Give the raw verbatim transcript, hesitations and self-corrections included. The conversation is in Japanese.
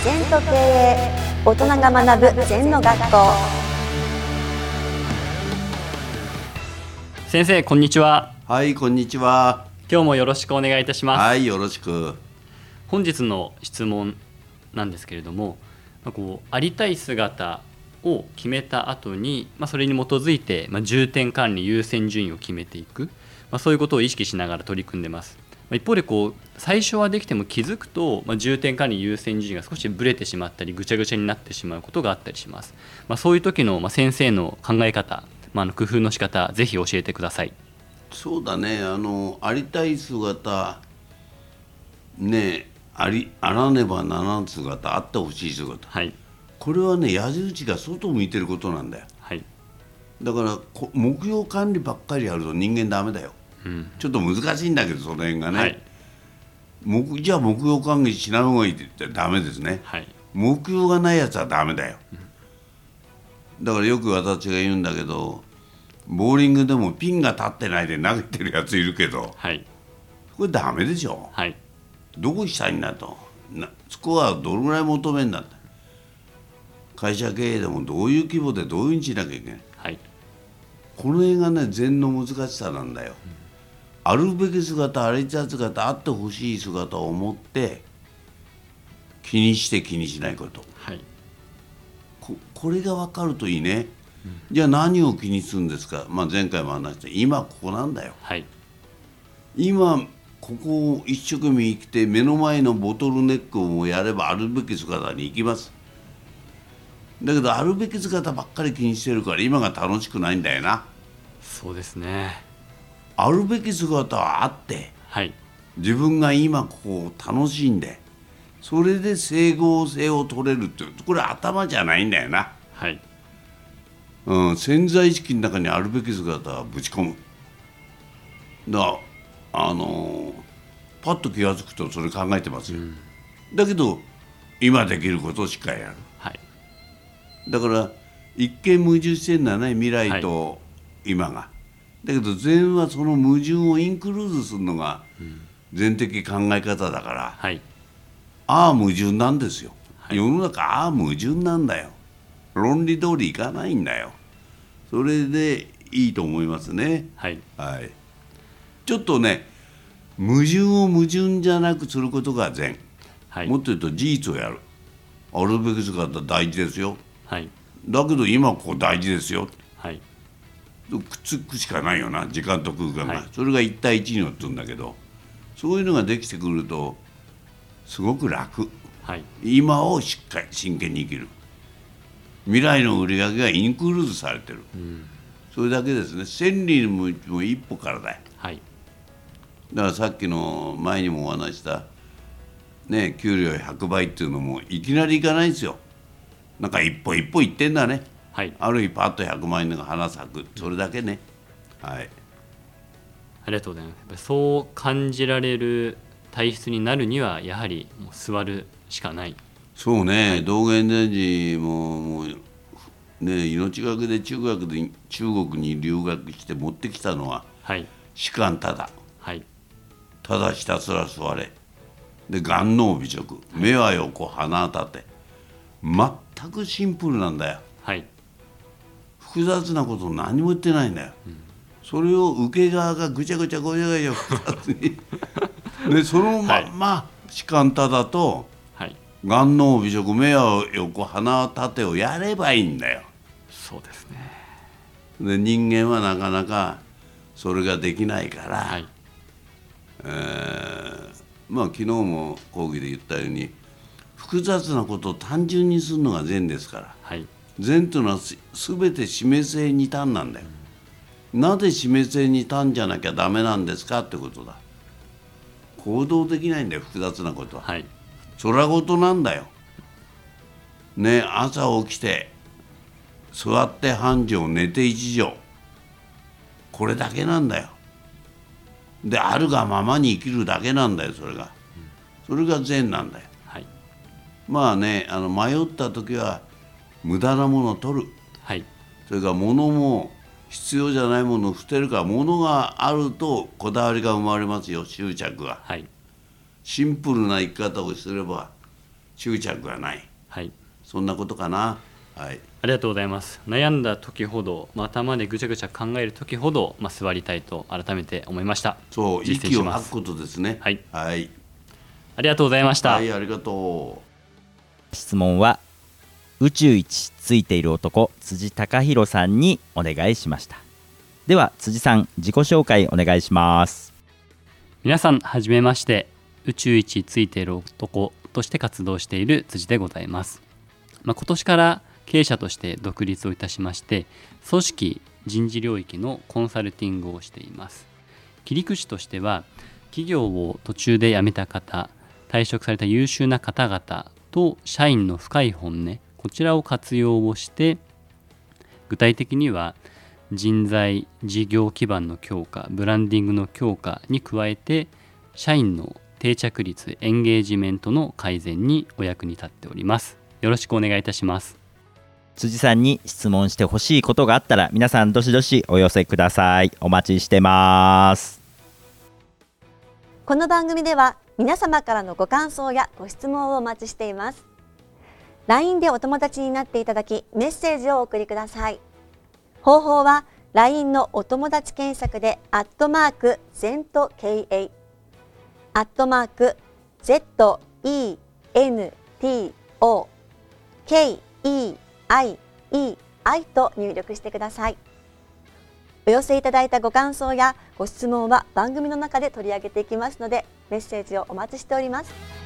禅と経営、大人が学ぶ禅の学校。 先生、こんにちは。 はい、こんにちは。 今日もよろしくお願いいたします。 はい、よろしく。 本日の質問なんですけれども、こうありたい姿を決めた後に、まあ、それに基づいて、まあ、重点管理優先順位を決めていく、まあ、そういうことを意識しながら取り組んでます。まあ、一方でこう最初はできても気づくと、まあ、重点管理優先順位が少しブレてしまったりぐちゃぐちゃになってしまうことがあったりします。まあ、そういう時の、まあ、先生の考え方、まあ、あの工夫の仕方、ぜひ教えてください。 そうだね、あのありたい姿ね、ありあらねばならん姿、あってほしい姿、 はい、 これはね、矢印が外を向いてることなんだよ。 はい、 だからこ目標管理ばっかりやると人間ダメだよ。 うん、 ちょっと難しいんだけど、その辺がね、 はい、 目じゃあ目標管理しない方がいいって言ったらダメですね。 はい、 目標がないやつはダメだよ。だからよく私が言うんだけど、ボーリングでもピンが立ってないで投げてるやついるけど、 はい、 これダメでしょ。 はい、どどうしたいんだと、なスコアをどれぐらい求めるんだって。会社経営でもどういう規模でどういうふうにしなきゃいけない、 はい、 この辺がね、禅の難しさなんだよ。うん、あるべき姿、ありたい姿、あってほしい姿を持って気にして気にしないこと、 はい、 こ, これが分かるといいね。うん、じゃあ何を気にするんですか。まあ、前回も話した今ここなんだよ。 はい、 今ここを一生懸命生きて目の前のボトルネックをやればあるべき姿に行きます。だけどあるべき姿ばっかり気にしてるから今が楽しくないんだよな。 そうですね。 あるべき姿はあって、 はい、 自分が今ここを楽しんで、それで整合性を取れるって、これ頭じゃないんだよな。 はい、 うん、潜在意識の中にあるべき姿はぶち込む。だからあのー、パッと気が付くとそれ考えてますよ。うん、だけど今できることをしっかりやる。 はい、 だから一見矛盾してるんだね、未来と今が。はい、だけど禅はその矛盾をインクルーズするのが禅的考え方だから、 はい、 ああ矛盾なんですよ。はい、世の中ああ矛盾なんだよ。論理通りいかないんだよ。それでいいと思いますね。 はい、 はい、ちょっとね、矛盾を矛盾じゃなくすることが禅。はい、もっと言うと事実をやる。あるべき姿大事ですよ。はい、だけど今ここ大事ですよ。はい、くっつくしかないよな、時間と空間が。はい、それが一対一になってるんだけど、そういうのができてくるとすごく楽。はい、今をしっかり真剣に生きる。未来の売り上げがインクルーズされてる。うん、それだけですね。千里の道も一歩からだよ。はい、だからさっきの前にもお話したね、給料ひゃくばいっていうのもいきなりいかないんですよ。なんか一歩一歩いってんだね。はい、ある日パッとひゃくまん円が花咲く、それだけね。はい、 ありがとうございます。やっぱりそう感じられる体質になるにはやはりもう座るしかない。 そうね、はい、道元禅師ももうね、命がけで中学で中国に留学して持ってきたのは、はい、士官ただ、はい、ただひたすら座れで、眼脳美食、目は横鼻は立て、全くシンプルなんだよ。はい、複雑なこと何も言ってないんだよ。うん、それを受け側がぐちゃぐちゃぐちゃぐちゃ複雑にでそのまんま士官ただと、はい、眼脳美食、目は横鼻は立てをやればいいんだよ。 そうですね。 で人間はなかなかそれができないから、はい、えー、まあ昨日も講義で言ったように複雑なことを単純にするのが禅ですから、はい、禅というのは全て示性に端なんだよ。うん、なぜ示性に端じゃなきゃダメなんですかってことだ。行動できないんだよ、複雑なことは。はい、空事なんだよ。ね、朝起きて座って半畳寝て一畳、これだけなんだよ。であるがままに生きるだけなんだよ、それが。それが禅なんだよ。はい、まあね、あの迷った時は無駄なものを取る。はい、それから物も必要じゃないものを捨てるから、物があるとこだわりが生まれますよ、執着が。はい、シンプルな生き方をすれば執着がない、 はい、 そんなことかな。はい、 ありがとうございます。悩んだ時ほど、まあ、頭でぐちゃぐちゃ考える時ほど、まあ、座りたいと改めて思いました。 そう、 実践息をします。 吐くことですね。 はい、 はい、 ありがとうございました。 はい、ありがとう。質問は宇宙一ついている男、辻貴弘さんにお願いしました。では辻さん、自己紹介お願いします。 皆さんはじめまして、宇宙一ついている男として活動している辻でございます。まあ、今年から経営者として独立をいたしまして、組織人事領域のコンサルティングをしています。切り口としては、企業を途中で辞めた方、退職された優秀な方々と社員の深い本音、こちらを活用をして、具体的には人材事業基盤の強化、ブランディングの強化に加えて、社員の定着率、エンゲージメントの改善にお役に立っております。よろしくお願いいたします。 辻さんに質問してほしいことがあったら、皆さんどしどしお寄せください。お待ちしてます。 この番組では皆様からのご感想やご質問をお待ちしています。 ライン でお友達になっていただき、メッセージをお送りください。方法は ライン のお友達検索でアットマーク ゼントケーエー アットマーク ゼット イー エヌ ティー オー ケー イー アイ イー アイ と入力してください。お寄せいただいたご感想やご質問は番組の中で取り上げていきますので、メッセージをお待ちしております。